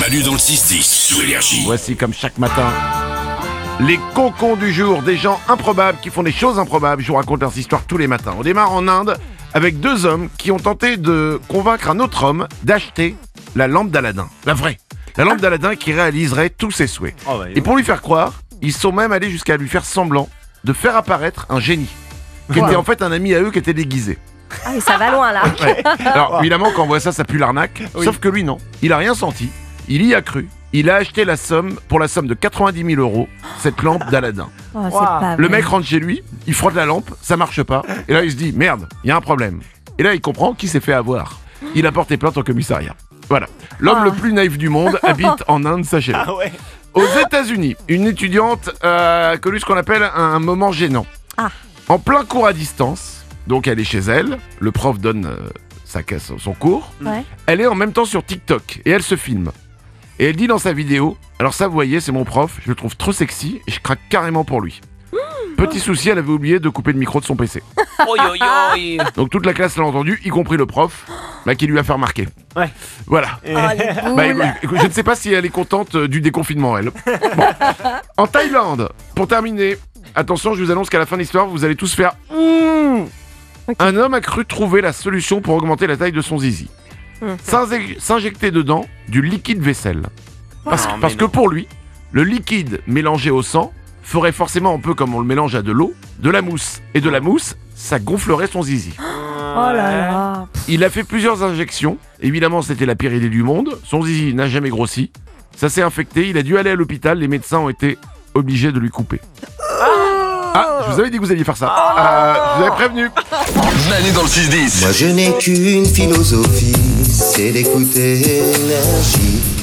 Manu dans le 6-10 sur Énergie. Voici comme chaque matin les cocons du jour, des gens improbables qui font des choses improbables. Je vous raconte leurs histoires tous les matins. On démarre en Inde avec deux hommes qui ont tenté de convaincre un autre homme d'acheter la lampe d'Aladin. La vraie. La lampe d'Aladin qui réaliserait tous ses souhaits. Et pour lui faire croire, ils sont même allés jusqu'à lui faire semblant de faire apparaître un génie, qui était en fait un ami à eux qui était déguisé. Ah oui, ça va loin là. Ouais. Alors évidemment quand on voit ça pue l'arnaque. Sauf que lui non, il a rien senti, il y a cru. Il a acheté pour la somme de 90 000 € cette lampe d'Aladin. Oh, c'est pas Le vrai. mec rentre chez lui, il frotte la lampe, ça marche pas. Et là il se dit merde, il y a un problème. Et là il comprend qu'il s'est fait avoir. Il a porté plainte au commissariat. Voilà. L'homme le plus naïf du monde habite en Inde, sachez-le. Ah ouais. Aux États-Unis, une étudiante a connu ce qu'on appelle un moment gênant. Ah. En plein cours à distance, donc elle est chez elle, le prof donne son cours, Ouais. elle est en même temps sur TikTok et elle se filme. Et elle dit dans sa vidéo, alors ça vous voyez, c'est mon prof, je le trouve trop sexy et je craque carrément pour lui. Petit souci, elle avait oublié de couper le micro de son PC. Oi, oi, oi. Donc toute la classe l'a entendu, y compris le prof, qui lui a fait remarquer. Ouais. Voilà. Oh, les Bah, boules. écoute, je ne sais pas si elle est contente du déconfinement, elle. Bon. En Thaïlande, pour terminer, attention, je vous annonce qu'à la fin de l'histoire, vous allez tous faire Ok. Un homme a cru trouver la solution pour augmenter la taille de son zizi. S'injecter dedans du liquide vaisselle. Parce que pour lui, le liquide mélangé au sang ferait forcément un peu comme on le mélange à de l'eau, de la mousse. Et de la mousse, ça gonflerait son zizi. Oh là là. Il a fait plusieurs injections. Évidemment, c'était la pire idée du monde. Son zizi n'a jamais grossi. Ça s'est infecté. Il a dû aller à l'hôpital. Les médecins ont été obligés de lui couper. Ah, je vous avais dit que vous alliez faire ça. Je vous avais prévenu. Manu dans le 6-10. Moi je n'ai qu'une philosophie, c'est d'écouter Énergie.